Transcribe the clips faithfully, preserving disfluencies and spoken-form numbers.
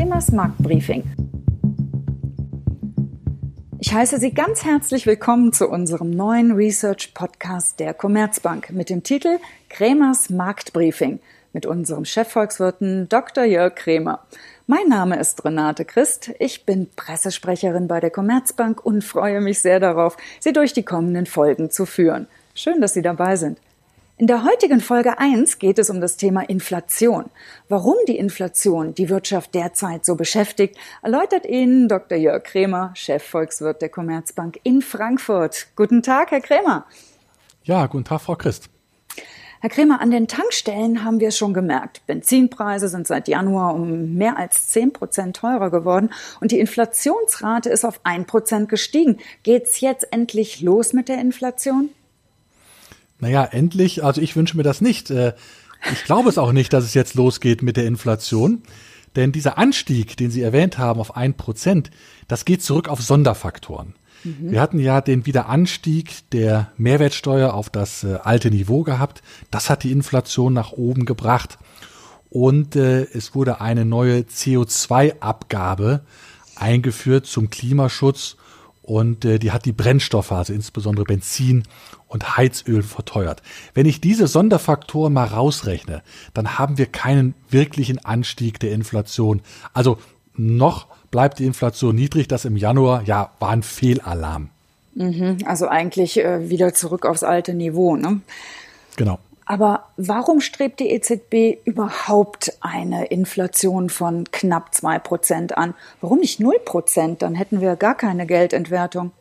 Cremers Marktbriefing. Ich heiße Sie ganz herzlich willkommen zu unserem neuen Research-Podcast der Commerzbank mit dem Titel Cremers Marktbriefing mit unserem Chefvolkswirten Doktor Jörg Kremer. Mein Name ist Renate Christ, ich bin Pressesprecherin bei der Commerzbank und freue mich sehr darauf, Sie durch die kommenden Folgen zu führen. Schön, dass Sie dabei sind. In der heutigen Folge eins geht es um das Thema Inflation. Warum die Inflation die Wirtschaft derzeit so beschäftigt, erläutert Ihnen Doktor Jörg Kremer, Chefvolkswirt der Commerzbank in Frankfurt. Guten Tag, Herr Kremer. Ja, guten Tag, Frau Christ. Herr Kremer, an den Tankstellen haben wir es schon gemerkt. Benzinpreise sind seit Januar um mehr als zehn Prozent teurer geworden und die Inflationsrate ist auf ein Prozent gestiegen. Geht's jetzt endlich los mit der Inflation? Naja, endlich, also ich wünsche mir das nicht. Ich glaube es auch nicht, dass es jetzt losgeht mit der Inflation. Denn dieser Anstieg, den Sie erwähnt haben auf ein Prozent, das geht zurück auf Sonderfaktoren. Mhm. Wir hatten ja den Wiederanstieg der Mehrwertsteuer auf das alte Niveau gehabt. Das hat die Inflation nach oben gebracht. Und äh, es wurde eine neue C O zwei Abgabe eingeführt zum Klimaschutz. Und äh, die hat die Brennstoffe, also insbesondere Benzin und Heizöl, verteuert. Wenn ich diese Sonderfaktoren mal rausrechne, dann haben wir keinen wirklichen Anstieg der Inflation. Also noch bleibt die Inflation niedrig. Das im Januar, ja, war ein Fehlalarm. Mhm, also eigentlich äh, wieder zurück aufs alte Niveau, ne? Genau. Aber warum strebt die E Z B überhaupt eine Inflation von knapp zwei Prozent an? Warum nicht null Prozent? Dann hätten wir gar keine Geldentwertung.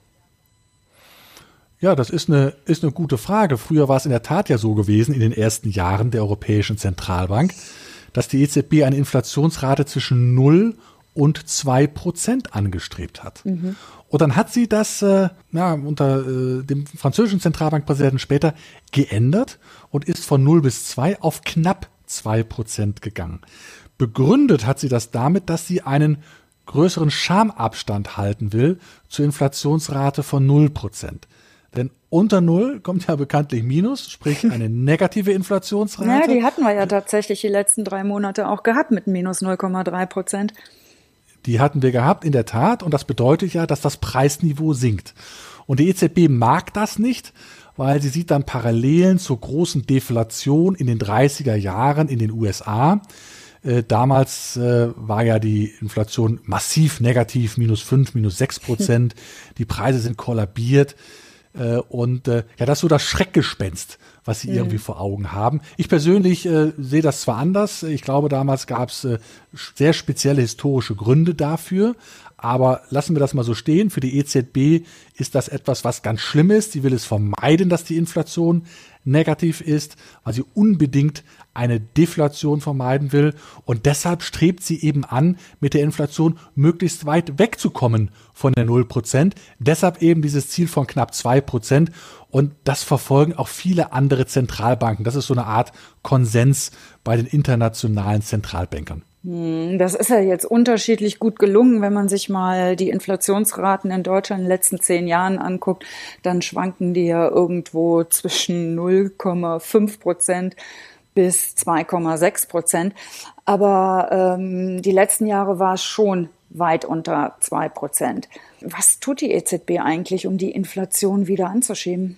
Ja, das ist eine, ist eine gute Frage. Früher war es in der Tat ja so gewesen, in den ersten Jahren der Europäischen Zentralbank, dass die E Z B eine Inflationsrate zwischen null und zwei Prozent angestrebt hat. Mhm. Und dann hat sie das äh, ja, unter äh, dem französischen Zentralbankpräsidenten später geändert und ist von null bis zwei auf knapp zwei Prozent gegangen. Begründet hat sie das damit, dass sie einen größeren Schamabstand halten will zur Inflationsrate von null Prozent. Denn unter null kommt ja bekanntlich Minus, sprich eine negative Inflationsrate. Ja, die hatten wir ja tatsächlich die letzten drei Monate auch gehabt mit minus null Komma drei Prozent. Die hatten wir gehabt, in der Tat. Und das bedeutet ja, dass das Preisniveau sinkt. Und die E Z B mag das nicht, weil sie sieht dann Parallelen zur großen Deflation in den dreißiger Jahren in den U S A. Äh, damals äh, war ja die Inflation massiv negativ, minus fünf, minus sechs Prozent. Die Preise sind kollabiert. Äh, und äh, ja, das ist so das Schreckgespenst, was sie mhm. irgendwie vor Augen haben. Ich persönlich äh, sehe das zwar anders. Ich glaube, damals gab es äh, sehr spezielle historische Gründe dafür. Aber lassen wir das mal so stehen. Für die E Z B ist das etwas, was ganz schlimm ist. Sie will es vermeiden, dass die Inflation negativ ist, weil sie unbedingt eine Deflation vermeiden will. Und deshalb strebt sie eben an, mit der Inflation möglichst weit wegzukommen von der null Prozent. Deshalb eben dieses Ziel von knapp zwei Prozent. Und das verfolgen auch viele andere Zentralbanken. Das ist so eine Art Konsens bei den internationalen Zentralbankern. Das ist ja jetzt unterschiedlich gut gelungen. Wenn man sich mal die Inflationsraten in Deutschland in den letzten zehn Jahren anguckt, dann schwanken die ja irgendwo zwischen null Komma fünf Prozent bis zwei Komma sechs Prozent. Aber ähm, die letzten Jahre war es schon weit unter zwei Prozent. Was tut die E Z B eigentlich, um die Inflation wieder anzuschieben?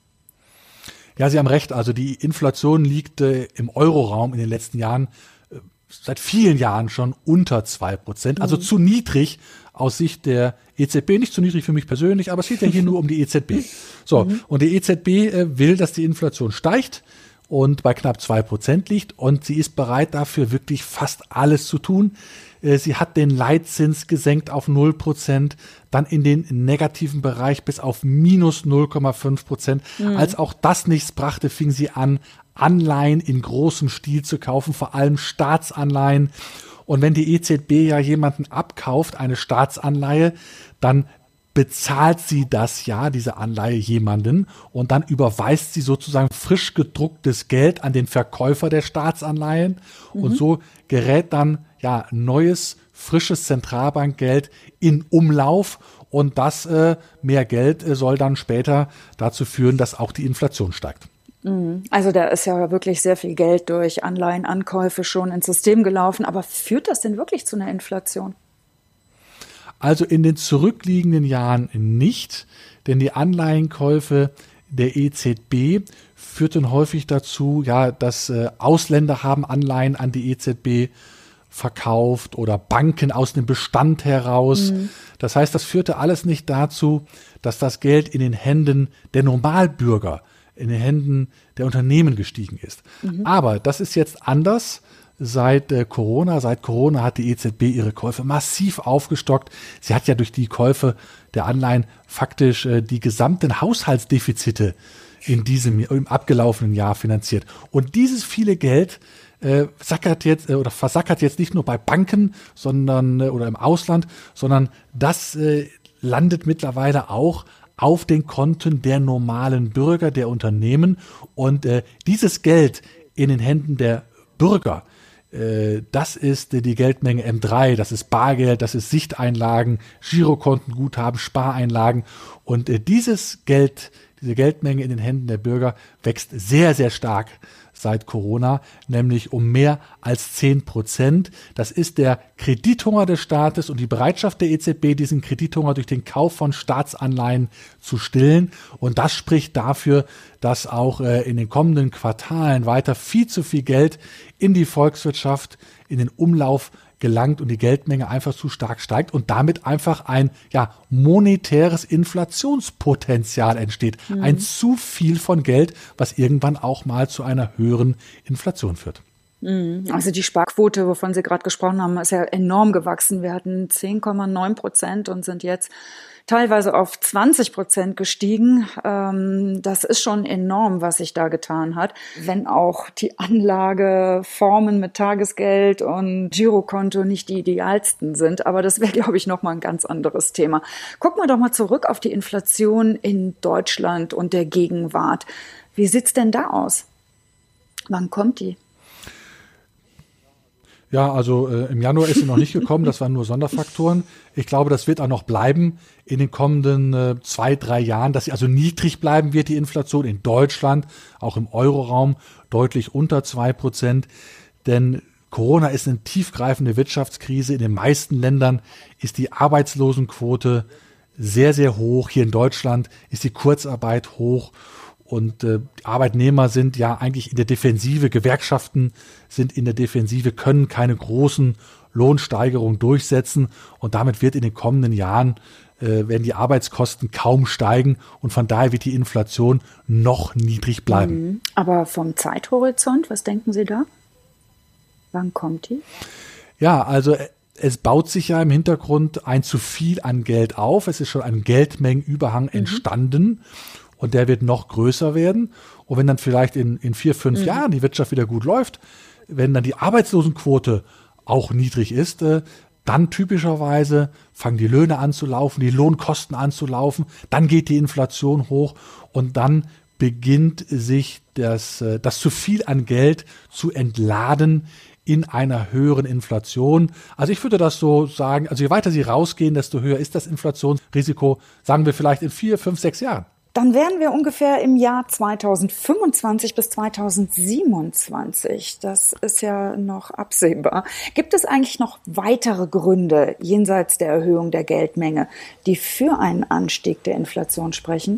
Ja, Sie haben recht. Also die Inflation liegt äh, im Euroraum in den letzten Jahren seit vielen Jahren schon unter zwei Prozent, also mhm. zu niedrig aus Sicht der E Z B, nicht zu niedrig für mich persönlich, aber es geht ja hier nur um die E Z B. So, mhm. und die E Z B äh, will, dass die Inflation steigt und bei knapp zwei Prozent liegt und sie ist bereit dafür wirklich fast alles zu tun. Äh, sie hat den Leitzins gesenkt auf null Prozent, dann in den negativen Bereich bis auf minus null Komma fünf Prozent. Mhm. Als auch das nichts brachte, fing sie an, Anleihen in großem Stil zu kaufen, vor allem Staatsanleihen. Und wenn die E Z B ja jemanden abkauft, eine Staatsanleihe, dann bezahlt sie das ja, diese Anleihe jemanden, und dann überweist sie sozusagen frisch gedrucktes Geld an den Verkäufer der Staatsanleihen. Mhm. Und so gerät dann ja neues, frisches Zentralbankgeld in Umlauf. Und das äh, mehr Geld äh, soll dann später dazu führen, dass auch die Inflation steigt. Also da ist ja wirklich sehr viel Geld durch Anleihenankäufe schon ins System gelaufen. Aber führt das denn wirklich zu einer Inflation? Also in den zurückliegenden Jahren nicht, denn die Anleihenkäufe der E Z B führten häufig dazu, ja, dass äh, Ausländer haben Anleihen an die E Z B verkauft oder Banken aus dem Bestand heraus. Mhm. Das heißt, das führte alles nicht dazu, dass das Geld in den Händen der Normalbürger, in den Händen der Unternehmen gestiegen ist. Mhm. Aber das ist jetzt anders seit äh, Corona. Seit Corona hat die E Z B ihre Käufe massiv aufgestockt. Sie hat ja durch die Käufe der Anleihen faktisch äh, die gesamten Haushaltsdefizite in diesem im abgelaufenen Jahr finanziert. Und dieses viele Geld äh, sackert jetzt äh, oder versackert jetzt nicht nur bei Banken, sondern äh, oder im Ausland, sondern das äh, landet mittlerweile auch auf den Konten der normalen Bürger, der Unternehmen. Und äh, dieses Geld in den Händen der Bürger, äh, das ist äh, die Geldmenge M drei, das ist Bargeld, das ist Sichteinlagen, Girokontenguthaben, Spareinlagen. Und äh, dieses Geld, diese Geldmenge in den Händen der Bürger wächst sehr, sehr stark seit Corona, nämlich um mehr als zehn Prozent. Das ist der Kredithunger des Staates und die Bereitschaft der E Z B, diesen Kredithunger durch den Kauf von Staatsanleihen zu stillen. Und das spricht dafür, dass auch äh, in den kommenden Quartalen weiter viel zu viel Geld in die Volkswirtschaft, in den Umlauf gelangt und die Geldmenge einfach zu stark steigt und damit einfach ein ja, monetäres Inflationspotenzial entsteht. Mhm. Ein zu viel von Geld, was irgendwann auch mal zu einer höheren Inflation führt. Also die Sparquote, wovon Sie gerade gesprochen haben, ist ja enorm gewachsen. Wir hatten zehn Komma neun Prozent und sind jetzt teilweise auf zwanzig Prozent gestiegen. Das ist schon enorm, was sich da getan hat. Wenn auch die Anlageformen mit Tagesgeld und Girokonto nicht die idealsten sind. Aber das wäre, glaube ich, nochmal ein ganz anderes Thema. Gucken wir doch mal zurück auf die Inflation in Deutschland und der Gegenwart. Wie sieht's denn da aus? Wann kommt die? Ja, also äh, im Januar ist sie noch nicht gekommen, das waren nur Sonderfaktoren. Ich glaube, das wird auch noch bleiben in den kommenden äh, zwei, drei Jahren, dass sie also niedrig bleiben wird, die Inflation in Deutschland, auch im Euroraum deutlich unter zwei Prozent. Denn Corona ist eine tiefgreifende Wirtschaftskrise. In den meisten Ländern ist die Arbeitslosenquote sehr, sehr hoch. Hier in Deutschland ist die Kurzarbeit hoch. Und äh, Arbeitnehmer sind ja eigentlich in der Defensive, Gewerkschaften sind in der Defensive, können keine großen Lohnsteigerungen durchsetzen. Und damit wird in den kommenden Jahren, äh, werden die Arbeitskosten kaum steigen. Und von daher wird die Inflation noch niedrig bleiben. Aber vom Zeithorizont, was denken Sie da? Wann kommt die? Ja, also es baut sich ja im Hintergrund ein zu viel an Geld auf. Es ist schon ein Geldmengenüberhang mhm. entstanden. Und der wird noch größer werden. Und wenn dann vielleicht in, in vier, fünf mhm. Jahren die Wirtschaft wieder gut läuft, wenn dann die Arbeitslosenquote auch niedrig ist, äh, dann typischerweise fangen die Löhne an zu laufen, die Lohnkosten an zu laufen, dann geht die Inflation hoch und dann beginnt sich das, äh, das zu viel an Geld zu entladen in einer höheren Inflation. Also ich würde das so sagen, also je weiter sie rausgehen, desto höher ist das Inflationsrisiko, sagen wir vielleicht in vier, fünf, sechs Jahren. Dann wären wir ungefähr im Jahr zweitausendfünfundzwanzig bis zweitausendsiebenundzwanzig. Das ist ja noch absehbar. Gibt es eigentlich noch weitere Gründe jenseits der Erhöhung der Geldmenge, die für einen Anstieg der Inflation sprechen?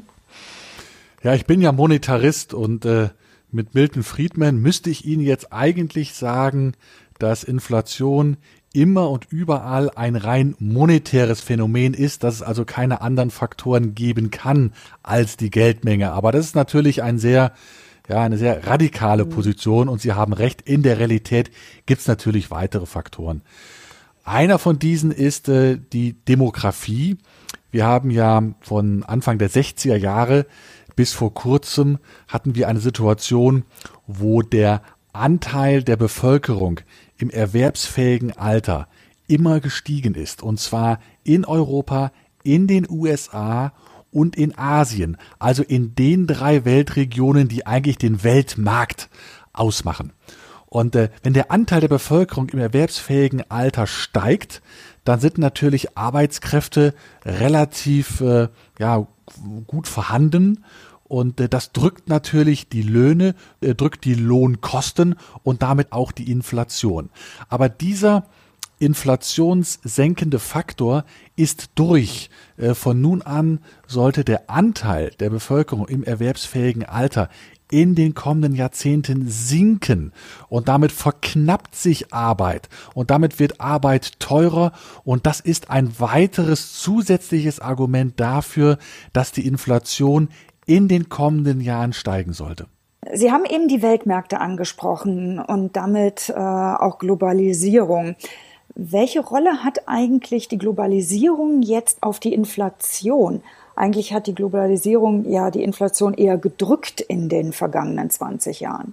Ja, ich bin ja Monetarist und äh, mit Milton Friedman müsste ich Ihnen jetzt eigentlich sagen, dass Inflation immer und überall ein rein monetäres Phänomen ist, dass es also keine anderen Faktoren geben kann als die Geldmenge. Aber das ist natürlich ein sehr, ja, eine sehr radikale Position und Sie haben recht, in der Realität gibt es natürlich weitere Faktoren. Einer von diesen ist äh, die Demografie. Wir haben ja von Anfang der sechziger Jahre bis vor kurzem hatten wir eine Situation, wo der Anteil der Bevölkerung im erwerbsfähigen Alter immer gestiegen ist. Und zwar in Europa, in den U S A und in Asien. Also in den drei Weltregionen, die eigentlich den Weltmarkt ausmachen. Und äh, wenn der Anteil der Bevölkerung im erwerbsfähigen Alter steigt, dann sind natürlich Arbeitskräfte relativ äh, ja, gut vorhanden. Und äh, das drückt natürlich die Löhne, äh, drückt die Lohnkosten und damit auch die Inflation. Aber dieser inflationssenkende Faktor ist durch. Äh, von nun an sollte der Anteil der Bevölkerung im erwerbsfähigen Alter in den kommenden Jahrzehnten sinken und damit verknappt sich Arbeit und damit wird Arbeit teurer und das ist ein weiteres zusätzliches Argument dafür, dass die Inflation in den kommenden Jahren steigen sollte. Sie haben eben die Weltmärkte angesprochen und damit äh, auch Globalisierung. Welche Rolle hat eigentlich die Globalisierung jetzt auf die Inflation? Eigentlich hat die Globalisierung ja die Inflation eher gedrückt in den vergangenen zwanzig Jahren.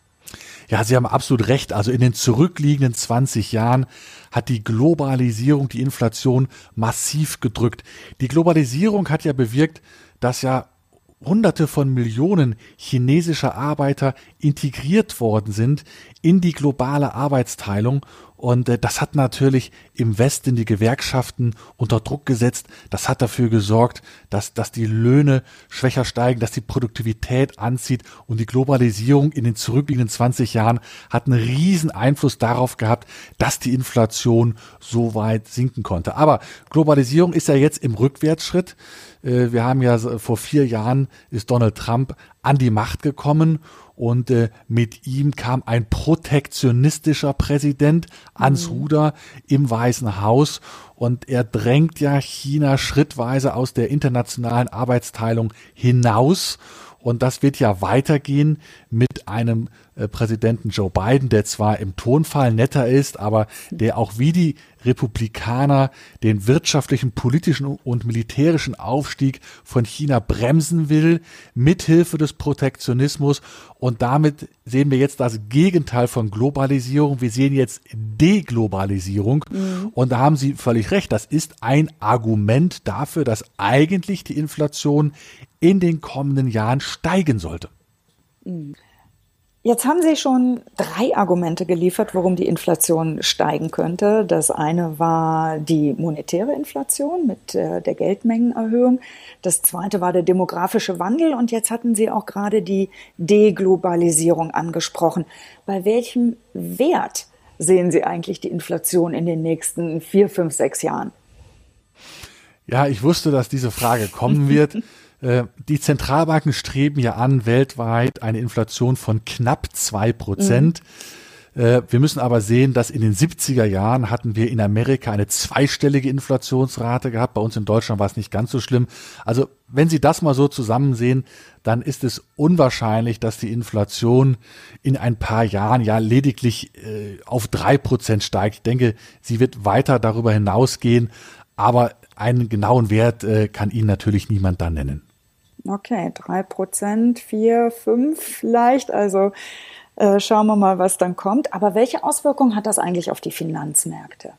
Ja, Sie haben absolut recht. Also in den zurückliegenden zwanzig Jahren hat die Globalisierung die Inflation massiv gedrückt. Die Globalisierung hat ja bewirkt, dass ja Hunderte von Millionen chinesischer Arbeiter integriert worden sind in die globale Arbeitsteilung. Und äh, das hat natürlich im Westen die Gewerkschaften unter Druck gesetzt. Das hat dafür gesorgt, dass, dass die Löhne schwächer steigen, dass die Produktivität anzieht. Und die Globalisierung in den zurückliegenden zwanzig Jahren hat einen riesen Einfluss darauf gehabt, dass die Inflation so weit sinken konnte. Aber Globalisierung ist ja jetzt im Rückwärtsschritt. Äh, wir haben ja vor vier Jahren ist Donald Trump an die Macht gekommen. Und äh, mit ihm kam ein protektionistischer Präsident ans mhm. Ruder im Weißen Haus. Und er drängt ja China schrittweise aus der internationalen Arbeitsteilung hinaus. Und das wird ja weitergehen mit einem äh, Präsidenten Joe Biden, der zwar im Tonfall netter ist, aber der auch wie die Republikaner den wirtschaftlichen, politischen und militärischen Aufstieg von China bremsen will, mithilfe des Protektionismus. Und damit sehen wir jetzt das Gegenteil von Globalisierung. Wir sehen jetzt Deglobalisierung. Mhm. Und da haben Sie völlig recht. Das ist ein Argument dafür, dass eigentlich die Inflation in den kommenden Jahren steigen sollte. Jetzt haben Sie schon drei Argumente geliefert, warum die Inflation steigen könnte. Das eine war die monetäre Inflation mit äh, der Geldmengenerhöhung. Das zweite war der demografische Wandel. Und jetzt hatten Sie auch gerade die Deglobalisierung angesprochen. Bei welchem Wert sehen Sie eigentlich die Inflation in den nächsten vier, fünf, sechs Jahren? Ja, ich wusste, dass diese Frage kommen wird. Die Zentralbanken streben ja an, weltweit eine Inflation von knapp zwei Prozent. Mhm. Wir müssen aber sehen, dass in den siebziger Jahren hatten wir in Amerika eine zweistellige Inflationsrate gehabt. Bei uns in Deutschland war es nicht ganz so schlimm. Also wenn Sie das mal so zusammen sehen, dann ist es unwahrscheinlich, dass die Inflation in ein paar Jahren ja lediglich äh, auf drei Prozent steigt. Ich denke, sie wird weiter darüber hinausgehen, aber einen genauen Wert äh, kann Ihnen natürlich niemand da nennen. Okay, drei Prozent, vier, fünf vielleicht, also äh, schauen wir mal, was dann kommt. Aber welche Auswirkungen hat das eigentlich auf die Finanzmärkte?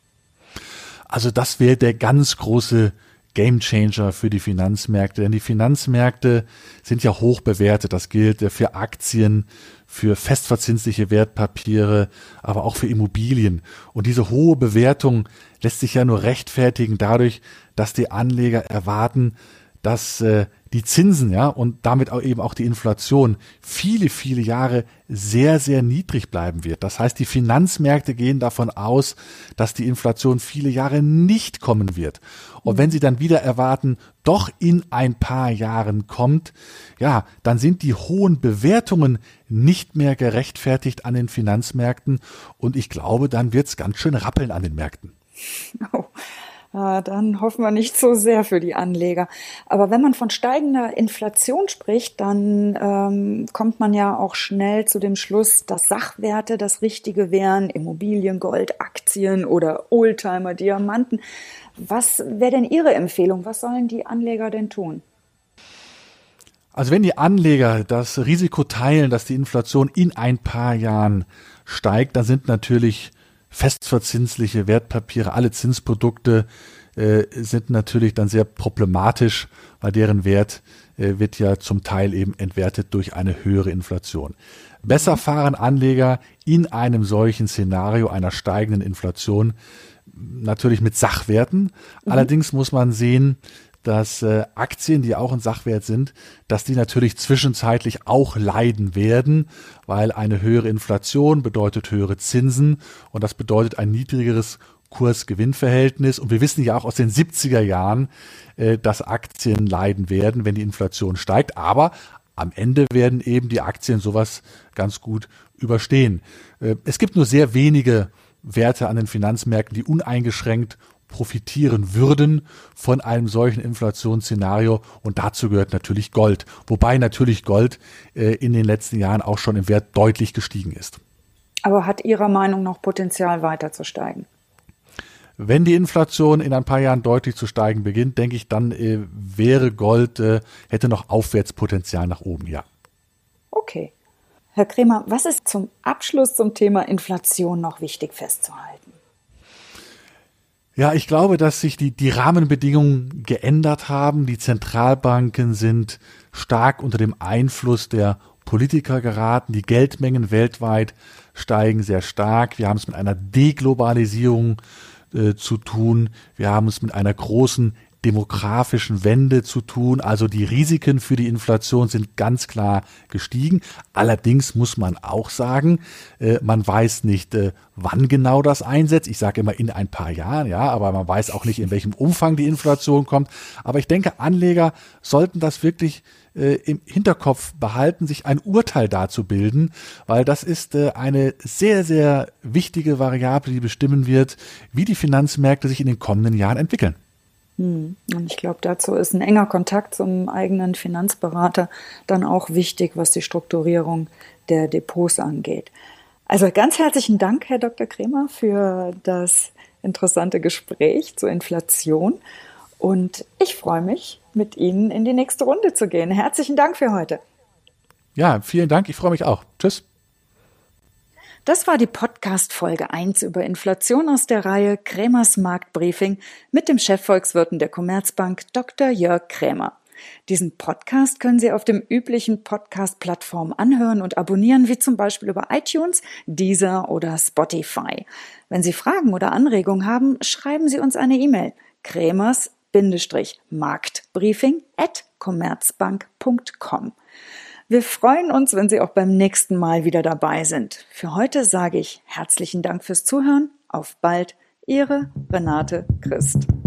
Also das wäre der ganz große Gamechanger für die Finanzmärkte, denn die Finanzmärkte sind ja hoch bewertet. Das gilt für Aktien, für festverzinsliche Wertpapiere, aber auch für Immobilien. Und diese hohe Bewertung lässt sich ja nur rechtfertigen dadurch, dass die Anleger erwarten, dass äh, die Zinsen, ja, und damit auch eben auch die Inflation viele, viele Jahre sehr, sehr niedrig bleiben wird. Das heißt, die Finanzmärkte gehen davon aus, dass die Inflation viele Jahre nicht kommen wird. Und wenn sie dann wieder erwarten, doch in ein paar Jahren kommt, ja, dann sind die hohen Bewertungen nicht mehr gerechtfertigt an den Finanzmärkten. Und ich glaube, dann wird es ganz schön rappeln an den Märkten. Oh. Dann hoffen wir nicht so sehr für die Anleger. Aber wenn man von steigender Inflation spricht, dann ähm, kommt man ja auch schnell zu dem Schluss, dass Sachwerte das Richtige wären, Immobilien, Gold, Aktien oder Oldtimer, Diamanten. Was wäre denn Ihre Empfehlung? Was sollen die Anleger denn tun? Also wenn die Anleger das Risiko teilen, dass die Inflation in ein paar Jahren steigt, dann sind natürlich festverzinsliche Wertpapiere, alle Zinsprodukte äh, sind natürlich dann sehr problematisch, weil deren Wert äh, wird ja zum Teil eben entwertet durch eine höhere Inflation. Besser fahren Anleger in einem solchen Szenario einer steigenden Inflation natürlich mit Sachwerten. Mhm. Allerdings muss man sehen, dass äh, Aktien, die auch ein Sachwert sind, dass die natürlich zwischenzeitlich auch leiden werden, weil eine höhere Inflation bedeutet höhere Zinsen und das bedeutet ein niedrigeres Kurs-Gewinn-Verhältnis. Und wir wissen ja auch aus den siebziger Jahren, äh, dass Aktien leiden werden, wenn die Inflation steigt. Aber am Ende werden eben die Aktien sowas ganz gut überstehen. Äh, es gibt nur sehr wenige Werte an den Finanzmärkten, die uneingeschränkt profitieren würden von einem solchen Inflationsszenario und dazu gehört natürlich Gold, wobei natürlich Gold äh, in den letzten Jahren auch schon im Wert deutlich gestiegen ist. Aber hat Ihrer Meinung nach Potenzial weiter zu steigen? Wenn die Inflation in ein paar Jahren deutlich zu steigen beginnt, denke ich, dann äh, wäre Gold, äh, hätte noch Aufwärtspotenzial nach oben, ja. Okay. Herr Krämer, was ist zum Abschluss zum Thema Inflation noch wichtig festzuhalten? Ja, ich glaube, dass sich die, die Rahmenbedingungen geändert haben. Die Zentralbanken sind stark unter dem Einfluss der Politiker geraten. Die Geldmengen weltweit steigen sehr stark. Wir haben es mit einer Deglobalisierung äh, zu tun. Wir haben es mit einer großen demografischen Wende zu tun. Also die Risiken für die Inflation sind ganz klar gestiegen. Allerdings muss man auch sagen, äh, man weiß nicht, äh, wann genau das einsetzt. Ich sage immer in ein paar Jahren, ja, aber man weiß auch nicht, in welchem Umfang die Inflation kommt. Aber ich denke, Anleger sollten das wirklich äh, im Hinterkopf behalten, sich ein Urteil dazu bilden, weil das ist äh, eine sehr, sehr wichtige Variable, die bestimmen wird, wie die Finanzmärkte sich in den kommenden Jahren entwickeln. Und ich glaube, dazu ist ein enger Kontakt zum eigenen Finanzberater dann auch wichtig, was die Strukturierung der Depots angeht. Also ganz herzlichen Dank, Herr Doktor Krämer, für das interessante Gespräch zur Inflation. Und ich freue mich, mit Ihnen in die nächste Runde zu gehen. Herzlichen Dank für heute. Ja, vielen Dank. Ich freue mich auch. Tschüss. Das war die Podcast-Folge eins über Inflation aus der Reihe Krämers Marktbriefing mit dem Chefvolkswirten der Commerzbank Doktor Jörg Krämer. Diesen Podcast können Sie auf dem üblichen Podcast-Plattformen anhören und abonnieren, wie zum Beispiel über iTunes, Deezer oder Spotify. Wenn Sie Fragen oder Anregungen haben, schreiben Sie uns eine E-Mail: krämers-marktbriefing at commerzbank punkt com. Wir freuen uns, wenn Sie auch beim nächsten Mal wieder dabei sind. Für heute sage ich herzlichen Dank fürs Zuhören. Auf bald, Ihre Renate Christ.